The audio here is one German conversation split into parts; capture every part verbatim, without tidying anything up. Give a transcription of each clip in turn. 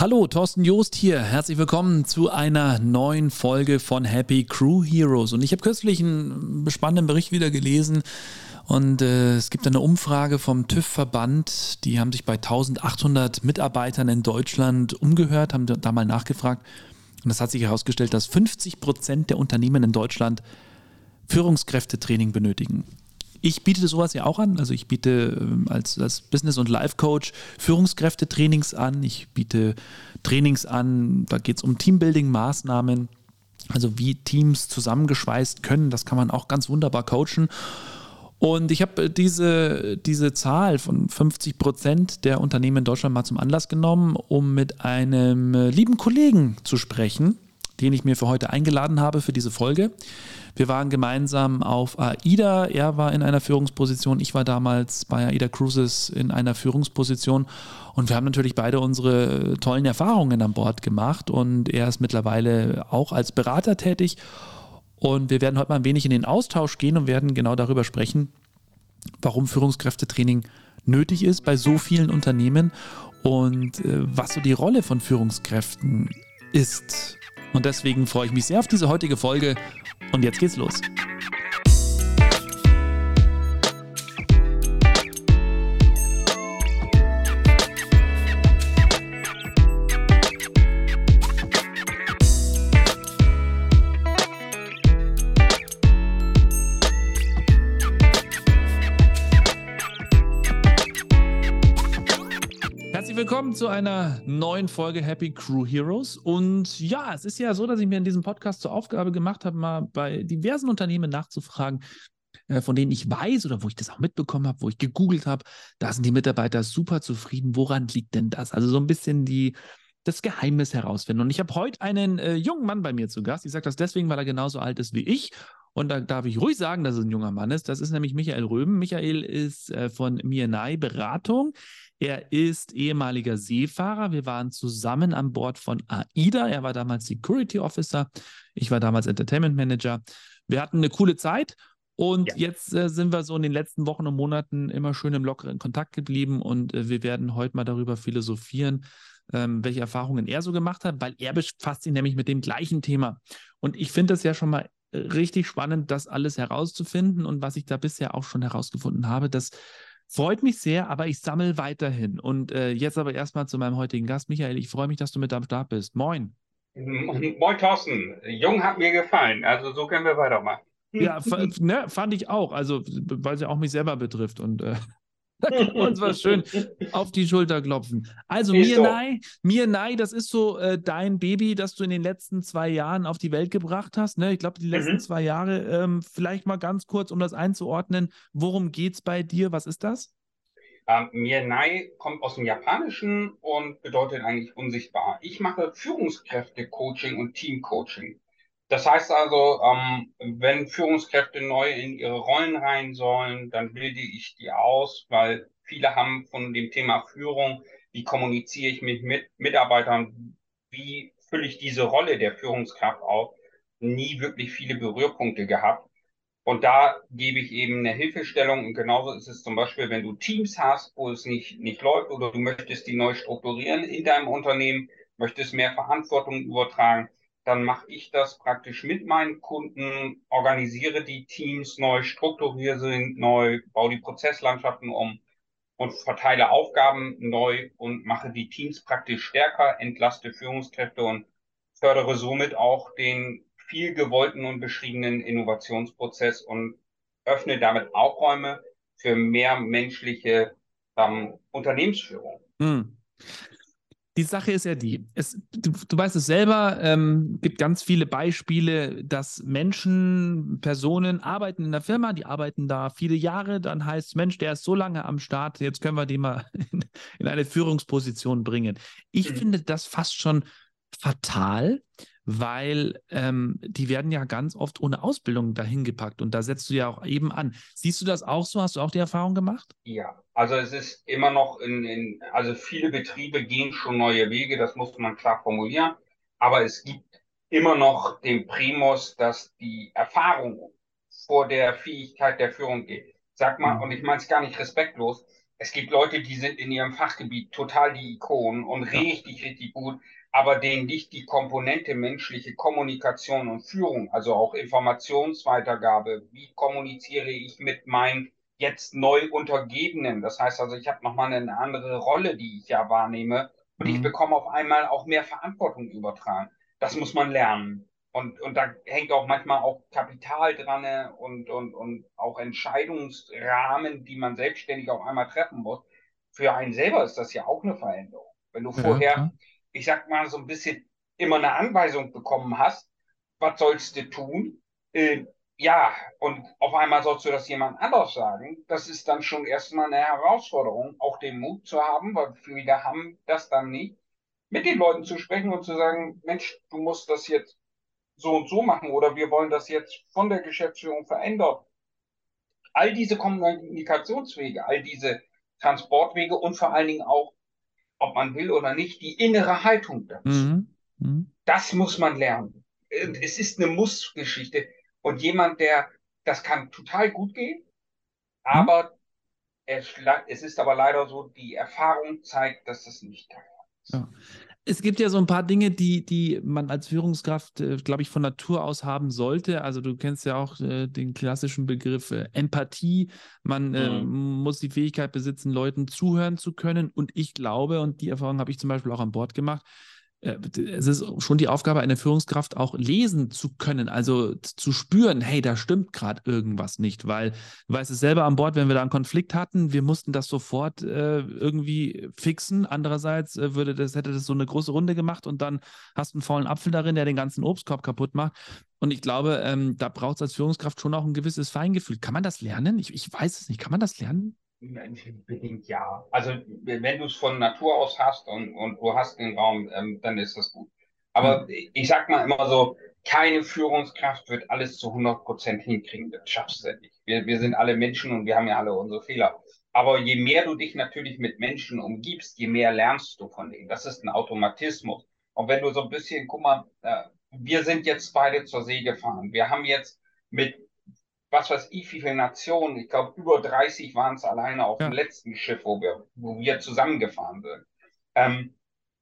Hallo, Thorsten Joost hier. Herzlich willkommen zu einer neuen Folge von Happy Crew Heroes. Und ich habe kürzlich einen spannenden Bericht wieder gelesen und äh, es gibt eine Umfrage vom TÜV-Verband. Die haben sich bei eintausendachthundert Mitarbeitern in Deutschland umgehört, haben da mal nachgefragt. Und es hat sich herausgestellt, dass fünfzig Prozent der Unternehmen in Deutschland Führungskräftetraining benötigen. Ich biete sowas ja auch an, also ich biete ähm, als, als Business- und Life-Coach Führungskräftetrainings an, ich biete Trainings an, da geht es um Teambuilding-Maßnahmen, also wie Teams zusammengeschweißt können, das kann man auch ganz wunderbar coachen. Und ich habe diese, diese Zahl von fünfzig Prozent der Unternehmen in Deutschland mal zum Anlass genommen, um mit einem lieben Kollegen zu sprechen, den ich mir für heute eingeladen habe für diese Folge. Wir waren gemeinsam auf AIDA, er war in einer Führungsposition, ich war damals bei AIDA Cruises in einer Führungsposition und wir haben natürlich beide unsere tollen Erfahrungen an Bord gemacht und er ist mittlerweile auch als Berater tätig und wir werden heute mal ein wenig in den Austausch gehen und werden genau darüber sprechen, warum Führungskräftetraining nötig ist bei so vielen Unternehmen und äh, was so die Rolle von Führungskräften ist. Und deswegen freue ich mich sehr auf diese heutige Folge und jetzt geht's los. Herzlich willkommen zu einer neuen Folge Happy Crew Heroes. Und ja, es ist ja so, dass ich mir in diesem Podcast zur Aufgabe gemacht habe, mal bei diversen Unternehmen nachzufragen, äh, von denen ich weiß oder wo ich das auch mitbekommen habe, wo ich gegoogelt habe, da sind die Mitarbeiter super zufrieden. Woran liegt denn das? Also so ein bisschen die, das Geheimnis herausfinden. Und ich habe heute einen äh, jungen Mann bei mir zu Gast. Ich sage das deswegen, weil er genauso alt ist wie ich. Und da darf ich ruhig sagen, dass es ein junger Mann ist. Das ist nämlich Michael Röben. Michael ist äh, von Mienai Beratung. Er ist ehemaliger Seefahrer. Wir waren zusammen an Bord von AIDA. Er war damals Security Officer. Ich war damals Entertainment Manager. Wir hatten eine coole Zeit. Und ja. jetzt äh, sind wir so in den letzten Wochen und Monaten immer schön im lockeren Kontakt geblieben. Und äh, wir werden heute mal darüber philosophieren, ähm, welche Erfahrungen er so gemacht hat, weil er befasst sich nämlich mit dem gleichen Thema. Und ich finde das ja schon mal richtig spannend, das alles herauszufinden. Und was ich da bisher auch schon herausgefunden habe, das freut mich sehr, aber ich sammle weiterhin. Und äh, jetzt aber erstmal zu meinem heutigen Gast. Michael, ich freue mich, dass du mit am Start bist. Moin. Moin, Thorsten. Jung hat mir gefallen. Also so können wir weitermachen. Ja, f- ne, fand ich auch. Also, weil es ja auch mich selber betrifft. Und äh, da können wir uns was schön auf die Schulter klopfen. Also Ist so. Mienai, Mienai, das ist so äh, dein Baby, das du in den letzten zwei Jahren auf die Welt gebracht hast. Ne? Ich glaube, die letzten Mhm. zwei Jahre. Ähm, vielleicht mal ganz kurz, um das einzuordnen. Worum geht's bei dir? Was ist das? Ähm, Mienai kommt aus dem Japanischen und bedeutet eigentlich unsichtbar. Ich mache Führungskräfte-Coaching und Team-Coaching. Das heißt also, ähm, wenn Führungskräfte neu in ihre Rollen rein sollen, dann bilde ich die aus, weil viele haben von dem Thema Führung, wie kommuniziere ich mich mit Mitarbeitern, wie fülle ich diese Rolle der Führungskraft auf, nie wirklich viele Berührpunkte gehabt. Und da gebe ich eben eine Hilfestellung. Und genauso ist es zum Beispiel, wenn du Teams hast, wo es nicht, nicht läuft oder du möchtest die neu strukturieren in deinem Unternehmen, möchtest mehr Verantwortung übertragen, dann mache ich das praktisch mit meinen Kunden, organisiere die Teams neu, strukturiere sie neu, baue die Prozesslandschaften um und verteile Aufgaben neu und mache die Teams praktisch stärker, entlaste Führungskräfte und fördere somit auch den viel gewollten und beschriebenen Innovationsprozess und öffne damit auch Räume für mehr menschliche ähm, Unternehmensführung. Hm. Die Sache ist ja die, es, du, du weißt es selber, ähm, gibt ganz viele Beispiele, dass Menschen, Personen arbeiten in der Firma, die arbeiten da viele Jahre, dann heißt es, Mensch, der ist so lange am Start, jetzt können wir den mal in, in eine Führungsposition bringen. Ich Mhm. finde das fast schon fatal, weil ähm, die werden ja ganz oft ohne Ausbildung dahin gepackt und da setzt du ja auch eben an. Siehst du das auch so? Hast du auch die Erfahrung gemacht? Ja, also es ist immer noch in, in, also viele Betriebe gehen schon neue Wege, das muss man klar formulieren, aber es gibt immer noch den Primus, dass die Erfahrung vor der Fähigkeit der Führung geht. Sag mal, und Mhm. ich meine es gar nicht respektlos, Es gibt Leute, die sind in ihrem Fachgebiet total die Ikonen und Ja, richtig, richtig gut, aber denen liegt die Komponente menschliche Kommunikation und Führung, also auch Informationsweitergabe. Wie kommuniziere ich mit meinen jetzt neu Untergebenen? Das heißt also, ich habe nochmal eine andere Rolle, die ich ja wahrnehme und ich mhm. bekomme auf einmal auch mehr Verantwortung übertragen. Das muss man lernen. Und, und da hängt auch manchmal auch Kapital dran, ne, und, und, und auch Entscheidungsrahmen, die man selbstständig auf einmal treffen muss. Für einen selber ist das ja auch eine Veränderung. Wenn du Ja, vorher, klar. ich sag mal, so ein bisschen immer eine Anweisung bekommen hast, was sollst du tun? Äh, ja, und auf einmal sollst du das jemand anders sagen. Das ist dann schon erstmal eine Herausforderung, auch den Mut zu haben, weil viele haben das dann nicht, mit den Leuten zu sprechen und zu sagen, Mensch, du musst das jetzt so und so machen oder wir wollen das jetzt von der Geschäftsführung verändern. All diese Kommunikationswege, all diese Transportwege und vor allen Dingen auch, ob man will oder nicht, die innere Haltung dazu. Mhm. Mhm. Das muss man lernen. Es ist eine Muss-Geschichte. Und jemand, der, das kann total gut gehen, Mhm. aber es, es ist aber leider so, die Erfahrung zeigt, dass es nicht der Fall ist. Ja. Es gibt ja so ein paar Dinge, die, die man als Führungskraft, äh, glaube ich, von Natur aus haben sollte. Also du kennst ja auch äh, den klassischen Begriff äh, Empathie. Man äh, Mhm. muss die Fähigkeit besitzen, Leuten zuhören zu können. Und ich glaube, und die Erfahrung habe ich zum Beispiel auch an Bord gemacht, äh, es ist schon die Aufgabe einer Führungskraft, auch lesen zu können, also zu spüren, hey, da stimmt gerade irgendwas nicht, weil du weißt es selber an Bord, wenn wir da einen Konflikt hatten, wir mussten das sofort äh, irgendwie fixen. Andererseits äh, würde das, hätte das so eine große Runde gemacht und dann hast du einen faulen Apfel darin, der den ganzen Obstkorb kaputt macht. Und ich glaube, ähm, da braucht es als Führungskraft schon auch ein gewisses Feingefühl. Kann man das lernen? Ich, ich weiß es nicht. Kann man das lernen? Bedingt ja. Also wenn du es von Natur aus hast und, und du hast den Raum, ähm, dann ist das gut. Ja, Aber ich sag mal immer so, keine Führungskraft wird alles zu hundert Prozent hinkriegen. Das schaffst du nicht. Wir, wir sind alle Menschen und wir haben ja alle unsere Fehler. Aber je mehr du dich natürlich mit Menschen umgibst, je mehr lernst du von denen. Das ist ein Automatismus. Und wenn du so ein bisschen, guck mal, äh, wir sind jetzt beide zur See gefahren. Wir haben jetzt mit was weiß ich, wie viele Nationen, ich glaube über dreißig waren es alleine auf dem ja, letzten Schiff, wo wir, wo wir zusammengefahren sind. Ähm,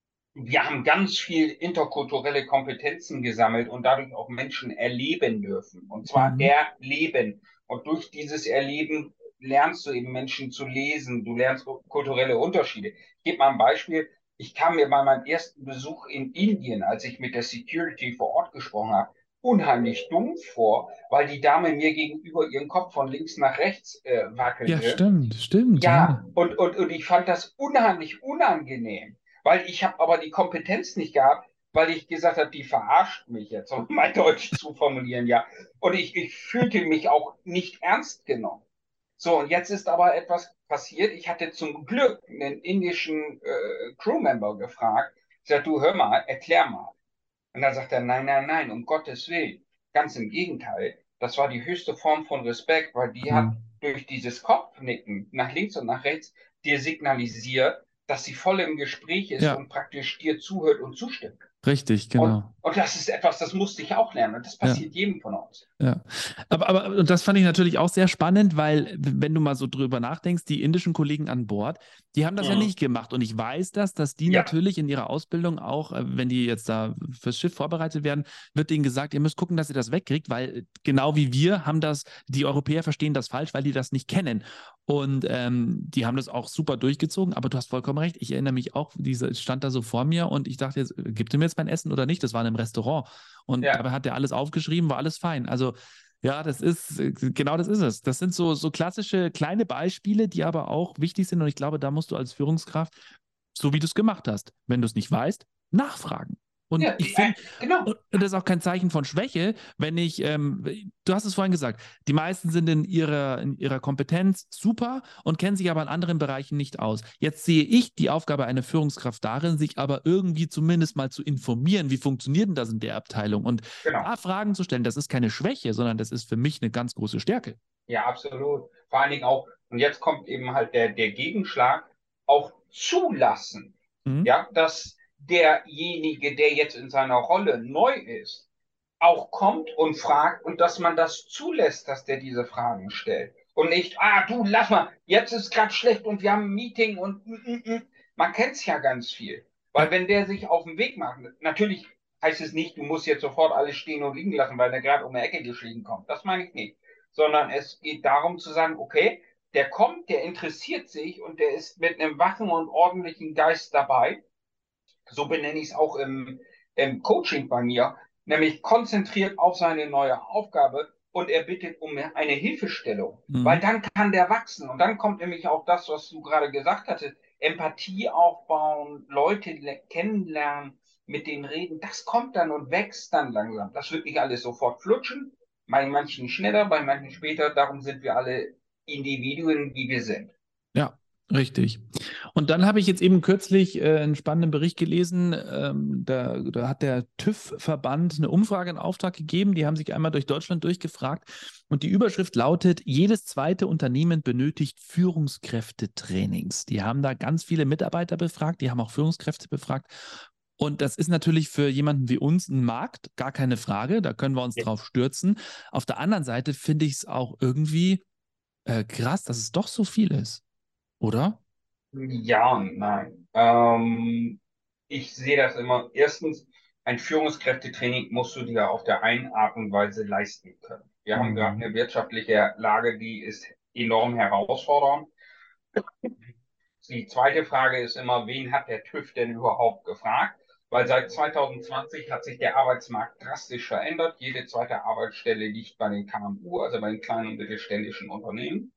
wir haben ganz viel interkulturelle Kompetenzen gesammelt und dadurch auch Menschen erleben dürfen. Und zwar mhm. erleben. Und durch dieses Erleben lernst du eben Menschen zu lesen, du lernst kulturelle Unterschiede. Ich gebe mal ein Beispiel. Ich kam mir bei meinem ersten Besuch in Indien, als ich mit der Security vor Ort gesprochen habe, unheimlich dumm vor, weil die Dame mir gegenüber ihren Kopf von links nach rechts äh, Ja, wackelte. stimmt, stimmt, ja. Ja, und, und, und ich fand das unheimlich unangenehm, weil ich habe aber die Kompetenz nicht gehabt, weil ich gesagt habe, die verarscht mich jetzt, um mein Deutsch zu formulieren, ja. Und ich, ich fühlte mich auch nicht ernst genommen. So, und jetzt ist aber etwas passiert. Ich hatte zum Glück einen indischen äh, Crewmember gefragt. Ich sagte, du hör mal, erklär mal. Und dann sagt er, nein, nein, nein, um Gottes Willen. Ganz im Gegenteil. Das war die höchste Form von Respekt, weil die hat Cool. durch dieses Kopfnicken nach links und nach rechts dir signalisiert, dass sie voll im Gespräch ist Ja, und praktisch dir zuhört und zustimmt. richtig, Und, genau. und das ist etwas, das musste ich auch lernen. Und das Ja. passiert jedem von uns. Ja, aber, aber und das fand ich natürlich auch sehr spannend, weil wenn du mal so drüber nachdenkst, die indischen Kollegen an Bord, die haben das ja Mhm. nicht gemacht. Und ich weiß das, dass die Ja, natürlich in ihrer Ausbildung auch, äh, wenn die jetzt da fürs Schiff vorbereitet werden, wird denen gesagt, ihr müsst gucken, dass ihr das wegkriegt, weil genau wie wir haben das, die Europäer verstehen das falsch, weil die das nicht kennen. Und ähm, die haben das auch super durchgezogen, aber du hast vollkommen recht. Ich erinnere mich auch, diese stand da so vor mir und ich dachte jetzt, gibt ihr mir jetzt mein Essen oder nicht? Das war in einem Restaurant. Und ja. dabei hat er alles aufgeschrieben, war alles fein. Also ja, das ist, äh, genau das ist es. Das sind so, so klassische kleine Beispiele, die aber auch wichtig sind. Und ich glaube, da musst du als Führungskraft, so wie du es gemacht hast, wenn du es nicht weißt, nachfragen. Und Ja, ich äh, finde, genau. und das ist auch kein Zeichen von Schwäche, wenn ich, ähm, du hast es vorhin gesagt, die meisten sind in ihrer, in ihrer Kompetenz super und kennen sich aber in anderen Bereichen nicht aus. Jetzt sehe ich die Aufgabe einer Führungskraft darin, sich aber irgendwie zumindest mal zu informieren, wie funktioniert denn das in der Abteilung? Und Genau. da Fragen zu stellen, das ist keine Schwäche, sondern das ist für mich eine ganz große Stärke. Ja, absolut. Vor allen Dingen auch, und jetzt kommt eben halt der, der Gegenschlag, auch zulassen. Mhm. Ja, dass derjenige, der jetzt in seiner Rolle neu ist, auch kommt und fragt und dass man das zulässt, dass der diese Fragen stellt. Und nicht, ah, du, lass mal, jetzt ist gerade schlecht und wir haben ein Meeting und mm, mm, mm. Man kennt es ja ganz viel. Weil Ja, wenn der sich auf den Weg macht, natürlich heißt es nicht, du musst jetzt sofort alles stehen und liegen lassen, weil der gerade um die Ecke geschlichen kommt. Das meine ich nicht. Sondern es geht darum zu sagen, okay, der kommt, der interessiert sich und der ist mit einem wachen und ordentlichen Geist dabei. So benenne ich es auch im, im Coaching bei mir, nämlich konzentriert auf seine neue Aufgabe und er bittet um eine Hilfestellung, weil mhm. dann kann der wachsen und dann kommt nämlich auch das, was du gerade gesagt hattest, Empathie aufbauen, Leute kennenlernen, mit denen reden, das kommt dann und wächst dann langsam. Das wird nicht alles sofort flutschen, bei manchen schneller, bei manchen später, darum sind wir alle Individuen, wie wir sind. Ja, richtig. Und dann habe ich jetzt eben kürzlich äh, einen spannenden Bericht gelesen. Ähm, da, da hat der TÜV-Verband eine Umfrage in Auftrag gegeben. Die haben sich einmal durch Deutschland durchgefragt. Und die Überschrift lautet: Jedes zweite Unternehmen benötigt Führungskräftetrainings. Die haben da ganz viele Mitarbeiter befragt, die haben auch Führungskräfte befragt. Und das ist natürlich für jemanden wie uns ein Markt, gar keine Frage. Da können wir uns drauf stürzen. Auf der anderen Seite finde ich es auch irgendwie äh, krass, dass es doch so viel ist. Oder? Ja und nein. Ähm, ich sehe das immer. Erstens, ein Führungskräftetraining musst du dir auf der einen Art und Weise leisten können. Wir haben gerade Mhm. eine wirtschaftliche Lage, die ist enorm herausfordernd. Die zweite Frage ist immer, wen hat der TÜV denn überhaupt gefragt? Weil seit zwanzig zwanzig hat sich der Arbeitsmarkt drastisch verändert. Jede zweite Arbeitsstelle liegt bei den K M U, also bei den kleinen und mittelständischen Unternehmen.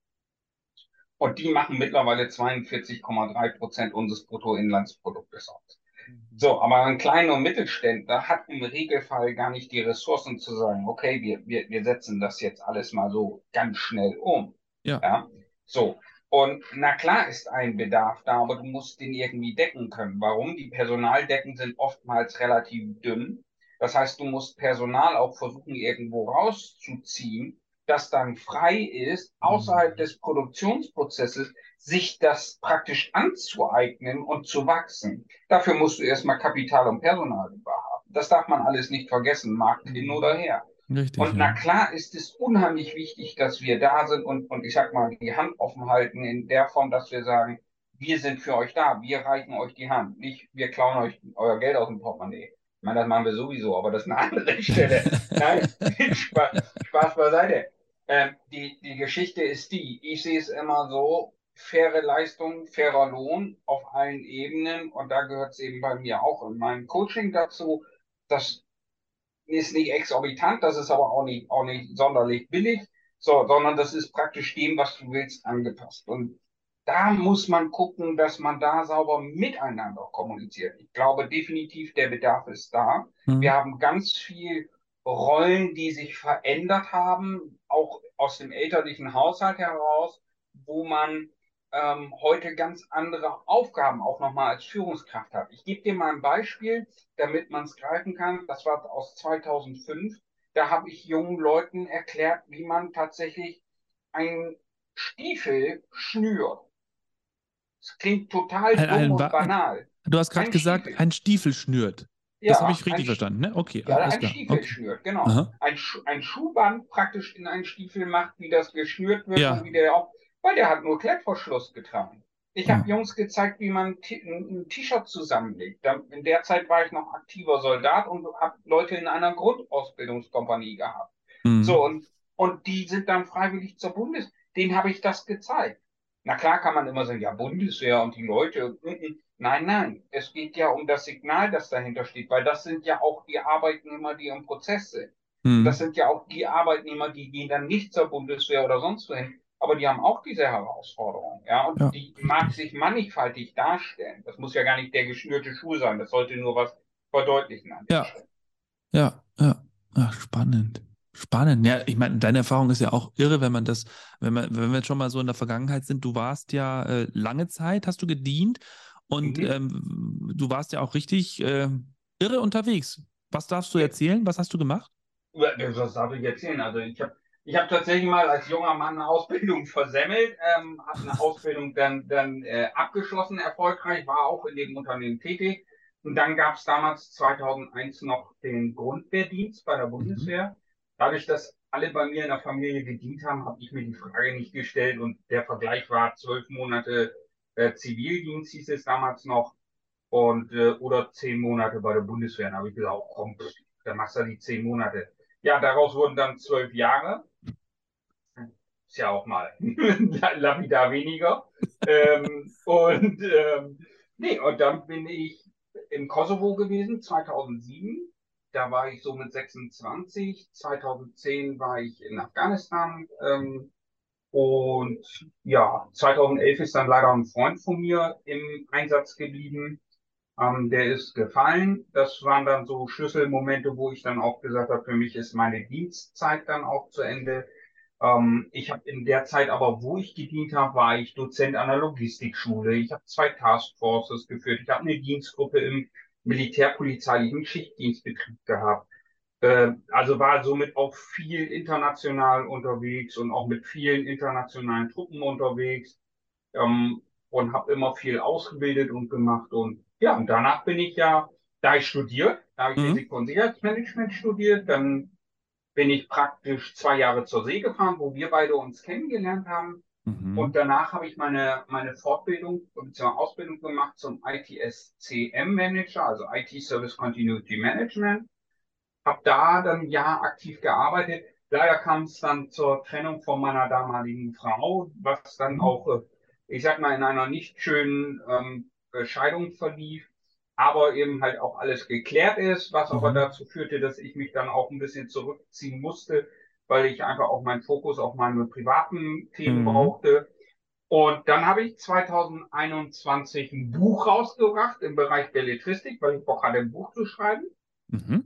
Und die machen mittlerweile zweiundvierzig Komma drei Prozent unseres Bruttoinlandsproduktes aus. Mhm. So, aber ein kleiner Mittelständler hat im Regelfall gar nicht die Ressourcen zu sagen, okay, wir, wir, wir setzen das jetzt alles mal so ganz schnell um. Ja. Ja, so. Und na klar ist ein Bedarf da, aber du musst den irgendwie decken können. Warum? Die Personaldecken sind oftmals relativ dünn. Das heißt, du musst Personal auch versuchen, irgendwo rauszuziehen, das dann frei ist, außerhalb Mhm. des Produktionsprozesses, sich das praktisch anzueignen und zu wachsen. Dafür musst du erstmal Kapital und Personal überhaben. Das darf man alles nicht vergessen, Markt hin oder Mhm. her. Richtig, Und ja. na klar ist es unheimlich wichtig, dass wir da sind und, und ich sag mal, die Hand offen halten in der Form, dass wir sagen, wir sind für euch da, wir reichen euch die Hand, nicht wir klauen euch euer Geld aus dem Portemonnaie. Ich meine, das machen wir sowieso, aber das ist eine andere Stelle. Nein, Spaß, Spaß beiseite. Ähm, die, die Geschichte ist die, ich sehe es immer so, faire Leistung, fairer Lohn auf allen Ebenen und da gehört es eben bei mir auch in meinem Coaching dazu, dass ist nicht exorbitant, das ist aber auch nicht, auch nicht sonderlich billig, so, sondern das ist praktisch dem, was du willst, angepasst. Und da muss man gucken, dass man da sauber miteinander kommuniziert. Ich glaube definitiv, der Bedarf ist da. Wir Mhm. haben ganz viel Rollen, die sich verändert haben, auch aus dem elterlichen Haushalt heraus, wo man ähm, heute ganz andere Aufgaben auch nochmal als Führungskraft hat. Ich gebe dir mal ein Beispiel, damit man es greifen kann. Das war aus zweitausendfünf. Da habe ich jungen Leuten erklärt, wie man tatsächlich einen Stiefel schnürt. Das klingt total Ein, dumm ein, und Wa- banal. du hast gerade Ein gesagt, Stiefel. ein Stiefel schnürt. Das habe Ja, ich ein, richtig verstanden, ne? Okay, ja, alles ein klar. Stiefel Okay. schnürt, genau. Aha. Ein, Schu ein Schuhband praktisch in einen Stiefel macht, wie das geschnürt wird und Ja. wie der auch, weil der hat nur Klettverschluss getragen. Ich habe Ah. Jungs gezeigt, wie man ein T-Shirt zusammenlegt. In der Zeit war ich noch aktiver Soldat und habe Leute in einer Grundausbildungskompanie gehabt. So, Mhm. und, und die sind dann freiwillig zur Bundes, denen habe ich das gezeigt. Na klar kann man immer sagen, ja, Bundeswehr und die Leute. mm, mm. Nein, nein, es geht ja um das Signal, das dahinter steht, weil das sind ja auch die Arbeitnehmer, die im Prozess sind. Und das Mhm. sind ja auch die Arbeitnehmer, die gehen dann nicht zur Bundeswehr oder sonst wohin, aber die haben auch diese Herausforderung, ja, und Ja, die mag richtig. sich mannigfaltig darstellen. Das muss ja gar nicht der geschnürte Schuh sein, das sollte nur was verdeutlichen an der Ja, Stelle. ja, ja. Ach, spannend. Spannend. Ja, ich meine, deine Erfahrung ist ja auch irre, wenn man das, wenn man, wenn wir jetzt schon mal so in der Vergangenheit sind. Du warst ja äh, lange Zeit, hast du gedient und Mhm. ähm, du warst ja auch richtig äh, irre unterwegs. Was darfst du Ja, erzählen? Was hast du gemacht? was darf ich erzählen? Also ich habe ich hab tatsächlich mal als junger Mann eine Ausbildung versemmelt, ähm, habe eine Ausbildung dann, dann äh, abgeschlossen, erfolgreich, war auch in dem Unternehmen tätig. Und dann gab es damals zweitausendeins noch den Grundwehrdienst bei der Mhm. Bundeswehr. Dadurch, dass alle bei mir in der Familie gedient haben, habe ich mir die Frage nicht gestellt und der Vergleich war zwölf Monate äh, Zivildienst, hieß es damals noch, und äh, oder zehn Monate bei der Bundeswehr. Da habe ich gesagt, oh, komm, pff, dann machst du die zehn Monate. Ja, daraus wurden dann zwölf Jahre. Ist ja auch mal lapidar weniger. Ähm, und ähm, nee, und dann bin ich im Kosovo gewesen, zweitausendsieben. Da war ich so mit sechsundzwanzig. zweitausendzehn war ich in Afghanistan. Ähm, und ja, zweitausendelf ist dann leider ein Freund von mir im Einsatz geblieben. Ähm, der ist gefallen. Das waren dann so Schlüsselmomente, wo ich dann auch gesagt habe, für mich ist meine Dienstzeit dann auch zu Ende. Ähm, ich habe in der Zeit aber, wo ich gedient habe, war ich Dozent an der Logistikschule. Ich habe zwei Taskforces geführt. Ich habe eine Dienstgruppe im militärpolizeilichen Schichtdienstbetrieb gehabt. Äh, also war somit auch viel international unterwegs und auch mit vielen internationalen Truppen unterwegs, ähm, und habe immer viel ausgebildet und gemacht. Und ja, und danach bin ich ja, da ich studiert, da habe ich Mhm. Risiko- und Sicherheitsmanagement studiert, dann bin ich praktisch zwei Jahre zur See gefahren, wo wir beide uns kennengelernt haben. Und Mhm. danach habe ich meine, meine Fortbildung bzw. Ausbildung gemacht zum I T S C M Manager, also I T Service Continuity Management. Habe da dann ein Jahr aktiv gearbeitet. Leider kam es dann zur Trennung von meiner damaligen Frau, was dann Mhm. auch, äh, ich sag mal, in einer nicht schönen ähm, äh, Scheidung verlief, aber eben halt auch alles geklärt ist, was aber Mhm. dazu führte, dass ich mich dann auch ein bisschen zurückziehen musste, weil ich einfach auch meinen Fokus auf meine privaten Themen Mhm. brauchte. Und dann habe ich zweitausendeinundzwanzig ein Buch rausgebracht im Bereich Belletristik, weil ich Bock hatte, ein Buch zu schreiben. Mhm.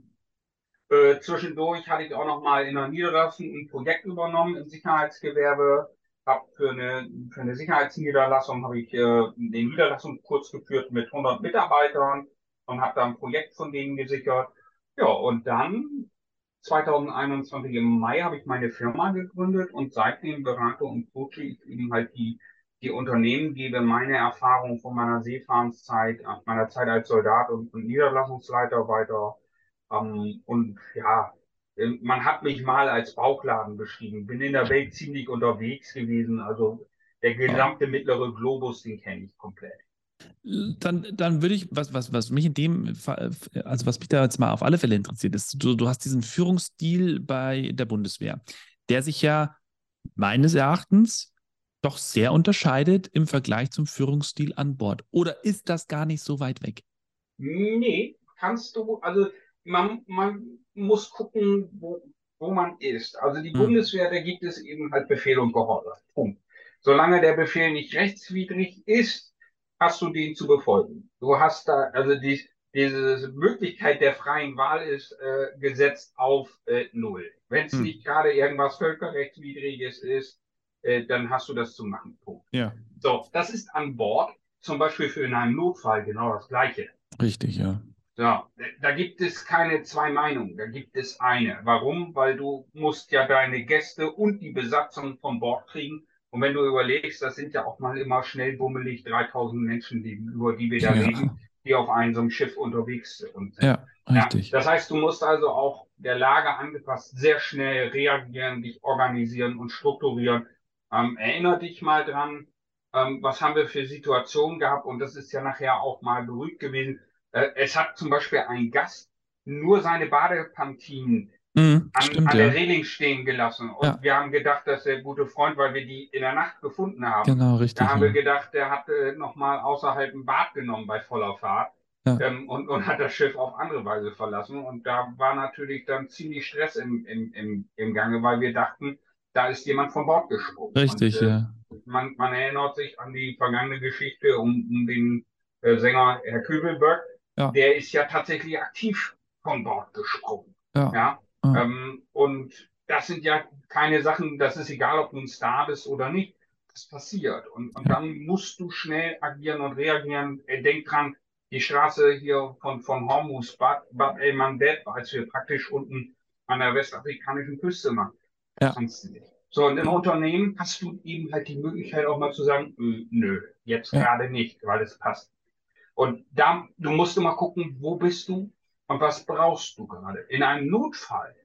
Äh, zwischendurch hatte ich auch noch mal in der Niederlassung ein Projekt übernommen im Sicherheitsgewerbe. Hab für eine, für eine Sicherheitsniederlassung habe ich äh, den Niederlassungskurs geführt mit hundert Mitarbeitern und habe da ein Projekt von denen gesichert. Ja, und dann zweitausendeinundzwanzig im Mai habe ich meine Firma gegründet und seitdem berate und coache ich eben halt die, die Unternehmen, gebe meine Erfahrung von meiner Seefahrenszeit, äh, meiner Zeit als Soldat und, und Niederlassungsleiter weiter. Ähm, und ja, äh, man hat mich mal als Bauchladen beschrieben. Bin in der Welt ziemlich unterwegs gewesen. Also der Ja. gesamte mittlere Globus, den kenne ich komplett. Dann, dann würde ich, was, was, was mich in dem Fall, also was mich da jetzt mal auf alle Fälle interessiert, ist, du, du hast diesen Führungsstil bei der Bundeswehr, der sich ja meines Erachtens doch sehr unterscheidet im Vergleich zum Führungsstil an Bord. Oder ist das gar nicht so weit weg? Nee, kannst du, also man, man muss gucken, wo, wo man ist. Also die Hm. Bundeswehr, da gibt es eben halt Befehl und Gehorsam. Punkt. Solange der Befehl nicht rechtswidrig ist, hast du den zu befolgen. Du hast da, also die, diese Möglichkeit der freien Wahl ist äh, gesetzt auf äh, null. Wenn es Hm. nicht gerade irgendwas völkerrechtswidriges ist, äh, dann hast du das zu machen. Punkt. Ja, So, das ist an Bord zum Beispiel für in einem Notfall genau das Gleiche. richtig, ja. Ja, da gibt es keine zwei Meinungen, da gibt es eine. Warum? Weil du musst ja deine Gäste und die Besatzung von Bord kriegen. Und wenn du überlegst, das sind ja auch mal immer schnell bummelig dreitausend Menschen, die, über die wir da Ja, reden, die auf einem so einem Schiff unterwegs und sind. ja, Ja, richtig. das heißt, du musst also auch der Lage angepasst sehr schnell reagieren, dich organisieren und strukturieren. Ähm, erinner dich mal dran, ähm, was haben wir für Situationen gehabt? Und das ist ja nachher auch mal berühmt gewesen. Äh, es hat zum Beispiel ein Gast nur seine Badepantinen Hm, an, stimmt, an der ja. Reling stehen gelassen. Ja, Und wir haben gedacht, dass der gute Freund, weil wir die in der Nacht gefunden haben, genau, da richtig, haben wir ja. gedacht, der hat äh, nochmal außerhalb ein Bad genommen bei voller Fahrt, Ja, ähm, und, und hat das Schiff auf andere Weise verlassen. Und da war natürlich dann ziemlich Stress im, im, im, im Gange, weil wir dachten, da ist jemand von Bord gesprungen. Und richtig, äh, ja. man, man erinnert sich an die vergangene Geschichte um, um den äh, Sänger Herr Kübelberg. Ja, Der ist ja tatsächlich aktiv von Bord gesprungen. ja, Ja, ja, ähm, und das sind ja keine Sachen, das ist egal, ob du ein Star bist oder nicht. Das passiert. Und, und ja, dann musst du schnell agieren und reagieren. Äh, Denk dran, die Straße hier von, von Hormuz, Bab, Bab el Mandeb, als wir praktisch unten an der westafrikanischen Küste waren. Das ja, kannst du nicht. So, und im Unternehmen hast du eben halt die Möglichkeit auch mal zu sagen, äh, nö, jetzt ja, gerade nicht, weil es passt. Und da, du musst immer gucken, wo bist du und was brauchst du gerade. In einem Notfall.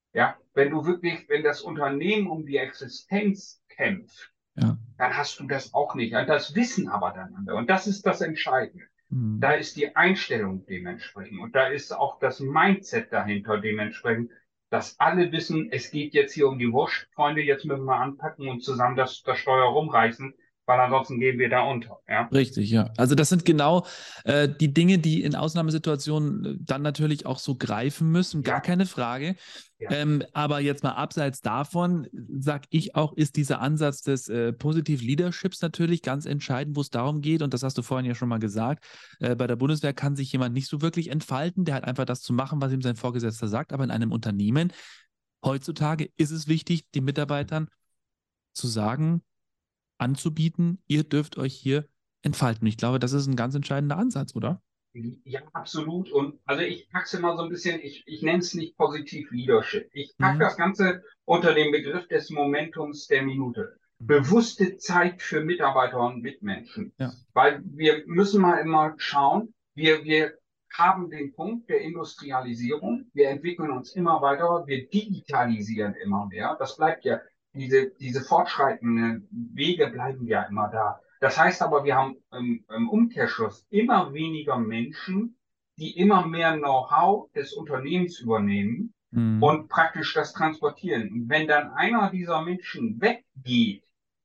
Ja, wenn du wirklich, wenn das Unternehmen um die Existenz kämpft, Ja. dann hast du das auch nicht. Und das wissen aber dann andere. Und das ist das Entscheidende. Da Mhm. ist die Einstellung dementsprechend. Und da ist auch das Mindset dahinter dementsprechend, dass alle wissen, es geht jetzt hier um die Wurst, Freunde, jetzt müssen wir anpacken und zusammen das, das Steuer rumreißen, weil ansonsten gehen wir da unter. Ja, Richtig, ja. Also das sind genau äh, die Dinge, die in Ausnahmesituationen äh, dann natürlich auch so greifen müssen, gar ja, keine Frage. ja. Ähm, aber jetzt mal abseits davon, sag ich auch, ist dieser Ansatz des äh, Positive Leaderships natürlich ganz entscheidend, wo es darum geht, und das hast du vorhin ja schon mal gesagt, äh, bei der Bundeswehr kann sich jemand nicht so wirklich entfalten, der hat einfach das zu machen, was ihm sein Vorgesetzter sagt, aber in einem Unternehmen heutzutage ist es wichtig, den Mitarbeitern zu sagen, anzubieten, ihr dürft euch hier entfalten. Ich glaube, das ist ein ganz entscheidender Ansatz, oder? Ja, absolut. Und also ich packe es immer so ein bisschen, ich, ich nenne es nicht positiv Leadership. Ich packe Mhm. das Ganze unter dem Begriff des Momentums der Minute. Bewusste Zeit für Mitarbeiter und Mitmenschen. Ja. Weil wir müssen mal immer schauen, wir, wir haben den Punkt der Industrialisierung, wir entwickeln uns immer weiter, wir digitalisieren immer mehr. Das bleibt ja, diese, diese fortschreitenden Wege bleiben ja immer da. Das heißt aber, wir haben im, im Umkehrschluss immer weniger Menschen, die immer mehr Know-how des Unternehmens übernehmen Mhm. und praktisch das transportieren. Und wenn dann einer dieser Menschen weggeht,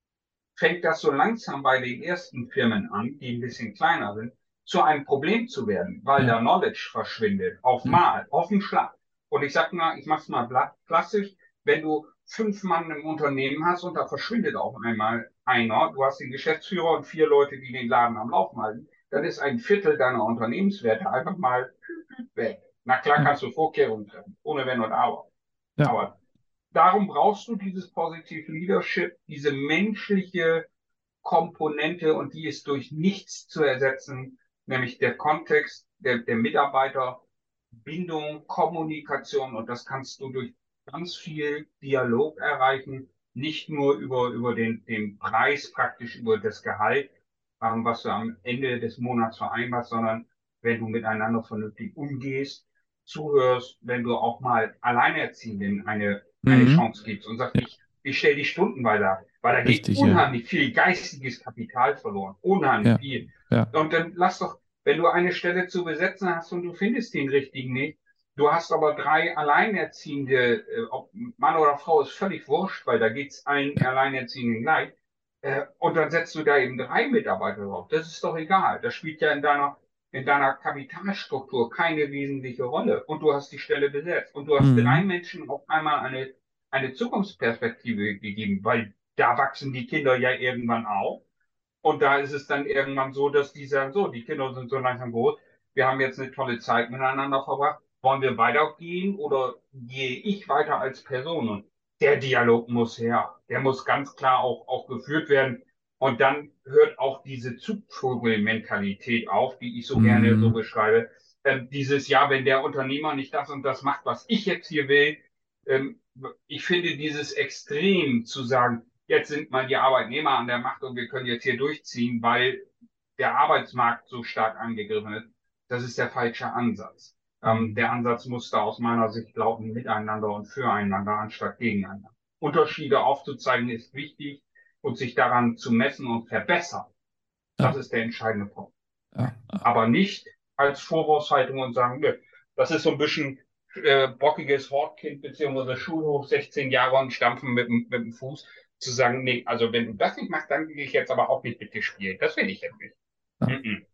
fängt das so langsam bei den ersten Firmen an, die ein bisschen kleiner sind, zu einem Problem zu werden, weil Ja. da Knowledge verschwindet, auf Ja. Mal, auf den Schlag. Und ich sag mal, ich mach's mal klassisch, wenn du fünf Mann im Unternehmen hast und da verschwindet auf einmal einer, du hast den Geschäftsführer und vier Leute, die den Laden am Laufen halten, dann ist ein Viertel deiner Unternehmenswerte einfach mal weg. Na klar Ja. kannst du Vorkehrungen treffen, ohne Wenn und Aber. Ja. Aber darum brauchst du dieses Positive Leadership, diese menschliche Komponente und die ist durch nichts zu ersetzen, nämlich der Kontext der, der Mitarbeiter, Bindung, Kommunikation und das kannst du durch ganz viel Dialog erreichen, nicht nur über, über den, den Preis, praktisch über das Gehalt, ähm, was du am Ende des Monats vereinbarst, sondern wenn du miteinander vernünftig umgehst, zuhörst, wenn du auch mal Alleinerziehenden eine, eine Mhm. Chance gibst und sagst, Ja. ich, ich stelle die Stunden weiter, weil da geht Richtig, ja. unheimlich viel geistiges Kapital verloren, unheimlich Ja. viel. Ja. Und dann lass doch, wenn du eine Stelle zu besetzen hast und du findest den richtigen nicht, du hast aber drei Alleinerziehende, äh, ob Mann oder Frau, ist völlig wurscht, weil da geht's allen Ja. Alleinerziehenden gleich. Äh, und dann setzt du da eben drei Mitarbeiter drauf. Das ist doch egal. Das spielt ja in deiner, in deiner Kapitalstruktur keine wesentliche Rolle. Und du hast die Stelle besetzt. Und du hast drei Mhm. Menschen auf einmal eine, eine Zukunftsperspektive gegeben, weil da wachsen die Kinder ja irgendwann auf. Und da ist es dann irgendwann so, dass die sagen, so, die Kinder sind so langsam groß, wir haben jetzt eine tolle Zeit miteinander verbracht, wollen wir weitergehen oder gehe ich weiter als Person? Und der Dialog muss her, der muss ganz klar auch, auch geführt werden. Und dann hört auch diese Zugvogel-Mentalität auf, die ich so gerne so Mhm. beschreibe. Ähm, dieses Jahr, wenn der Unternehmer nicht das und das macht, was ich jetzt hier will, ähm, ich finde dieses Extrem zu sagen, jetzt sind mal die Arbeitnehmer an der Macht und wir können jetzt hier durchziehen, weil der Arbeitsmarkt so stark angegriffen ist. Das ist der falsche Ansatz. Ähm, der Mhm. Ansatz muss da aus meiner Sicht lauten, miteinander und füreinander anstatt gegeneinander. Unterschiede aufzuzeigen ist wichtig und sich daran zu messen und verbessern. Das Ja. ist der entscheidende Punkt. Ja. Ja. Aber nicht als Vorwurfshaltung und sagen, nö, das ist so ein bisschen äh, bockiges Hortkind beziehungsweise Schulhof, sechzehn Jahre und stampfen mit, dem- mit dem Fuß, zu sagen, nee, also wenn du das nicht machst, dann gehe ich jetzt aber auch nicht mit dir spielen. Das will ich jetzt nicht. Ja. Mhm.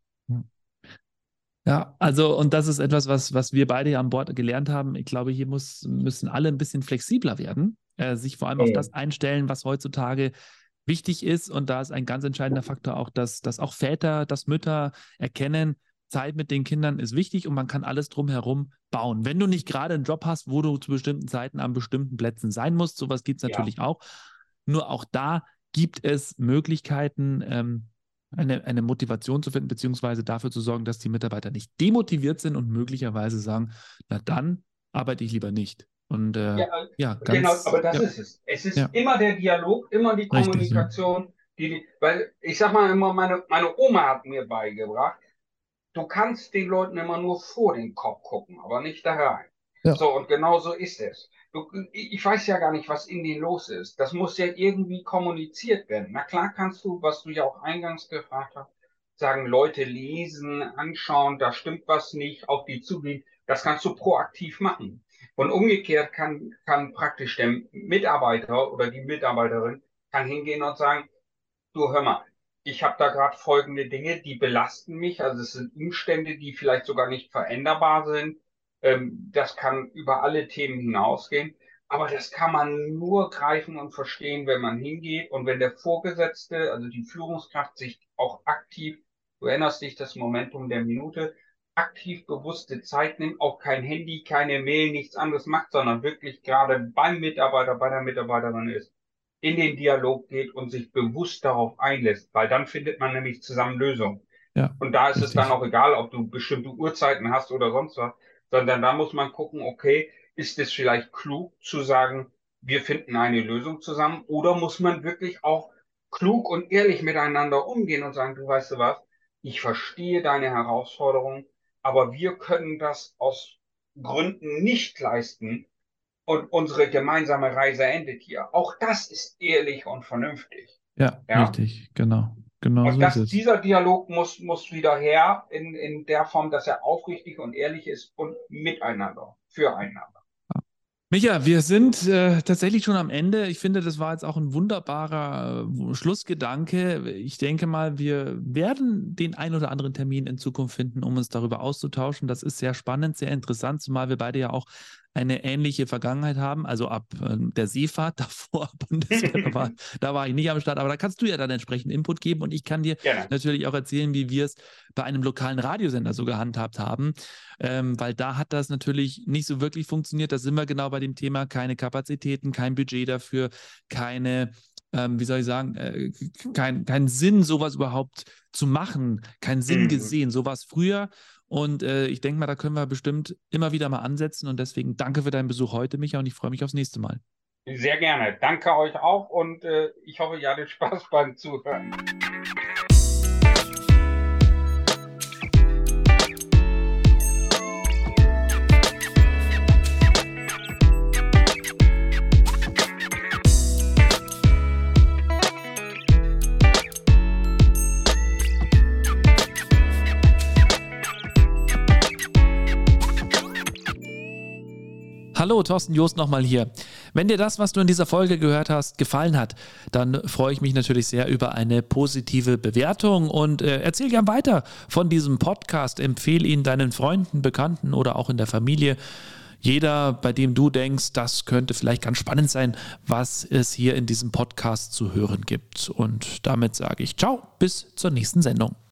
Ja, also und das ist etwas, was, was wir beide ja an Bord gelernt haben. Ich glaube, hier muss, müssen alle ein bisschen flexibler werden, äh, sich vor allem auf das Mhm. einstellen, was heutzutage wichtig ist. Und da ist ein ganz entscheidender Faktor auch, dass, dass auch Väter, dass Mütter erkennen, Zeit mit den Kindern ist wichtig und man kann alles drumherum bauen. Wenn du nicht gerade einen Job hast, wo du zu bestimmten Zeiten an bestimmten Plätzen sein musst, sowas gibt es Ja, natürlich auch. Nur auch da gibt es Möglichkeiten, ähm, eine, eine Motivation zu finden, beziehungsweise dafür zu sorgen, dass die Mitarbeiter nicht demotiviert sind und möglicherweise sagen, na dann arbeite ich lieber nicht. Und äh, ja, äh, ja, genau, ganz, aber das ja, ist es. Es ist ja, immer der Dialog, immer die richtig, ja. Kommunikation, die, die- weil ich sag mal immer, meine, meine Oma hat mir beigebracht, du kannst den Leuten immer nur vor den Kopf gucken, aber nicht da rein. Ja. So, und genau so ist es. Du, ich weiß ja gar nicht, was in denen los ist. Das muss ja irgendwie kommuniziert werden. Na klar kannst du, was du ja auch eingangs gefragt hast, sagen, Leute lesen, anschauen, da stimmt was nicht, auf die zugehen. Das kannst du proaktiv machen. Und umgekehrt kann, kann praktisch der Mitarbeiter oder die Mitarbeiterin kann hingehen und sagen, du hör mal, ich habe da gerade folgende Dinge, die belasten mich. Also es sind Umstände, die vielleicht sogar nicht veränderbar sind. Ähm, das kann über alle Themen hinausgehen. Aber das kann man nur greifen und verstehen, wenn man hingeht und wenn der Vorgesetzte, also die Führungskraft, sich auch aktiv, du erinnerst dich, das Momentum der Minute, aktiv bewusste Zeit nimmt, auch kein Handy, keine Mail, nichts anderes macht, sondern wirklich gerade beim Mitarbeiter, bei der Mitarbeiterin ist, in den Dialog geht und sich bewusst darauf einlässt, weil dann findet man nämlich zusammen Lösungen. Ja, Und da ist es dann richtig. auch egal, ob du bestimmte Uhrzeiten hast oder sonst was, sondern da muss man gucken, okay, ist es vielleicht klug zu sagen, wir finden eine Lösung zusammen, oder muss man wirklich auch klug und ehrlich miteinander umgehen und sagen, du weißt du was, ich verstehe deine Herausforderung, aber wir können das aus Gründen nicht leisten, und unsere gemeinsame Reise endet hier. Auch das ist ehrlich und vernünftig. Ja, Ja. richtig, genau. Genau Und so ist das, es. dieser Dialog muss, muss wieder her in, in der Form, dass er aufrichtig und ehrlich ist und miteinander, füreinander. Micha, wir sind äh, tatsächlich schon am Ende. Ich finde, das war jetzt auch ein wunderbarer äh, Schlussgedanke. Ich denke mal, wir werden den ein oder anderen Termin in Zukunft finden, um uns darüber auszutauschen. Das ist sehr spannend, sehr interessant, zumal wir beide ja auch eine ähnliche Vergangenheit haben. Also ab äh, der Seefahrt davor, Bundeswehr, da war, da war ich nicht am Start, aber da kannst du ja dann entsprechend Input geben und ich kann dir Gerne. natürlich auch erzählen, wie wir es bei einem lokalen Radiosender so gehandhabt haben. Ähm, weil da hat das natürlich nicht so wirklich funktioniert. Da sind wir genau bei dem Thema, keine Kapazitäten, kein Budget dafür, keine, ähm, wie soll ich sagen, äh, kein, kein Sinn, sowas überhaupt zu machen, kein Sinn Mhm. gesehen, sowas früher. Und äh, ich denke mal, da können wir bestimmt immer wieder mal ansetzen. Und deswegen danke für deinen Besuch heute, Micha, und ich freue mich aufs nächste Mal. Sehr gerne. Danke euch auch und äh, ich hoffe, ihr hattet Spaß beim Zuhören. Hallo, Thorsten Joost nochmal hier. Wenn dir das, was du in dieser Folge gehört hast, gefallen hat, dann freue ich mich natürlich sehr über eine positive Bewertung und äh, erzähl gern weiter von diesem Podcast. Empfehle ihn deinen Freunden, Bekannten oder auch in der Familie. Jeder, bei dem du denkst, das könnte vielleicht ganz spannend sein, was es hier in diesem Podcast zu hören gibt. Und damit sage ich ciao, bis zur nächsten Sendung.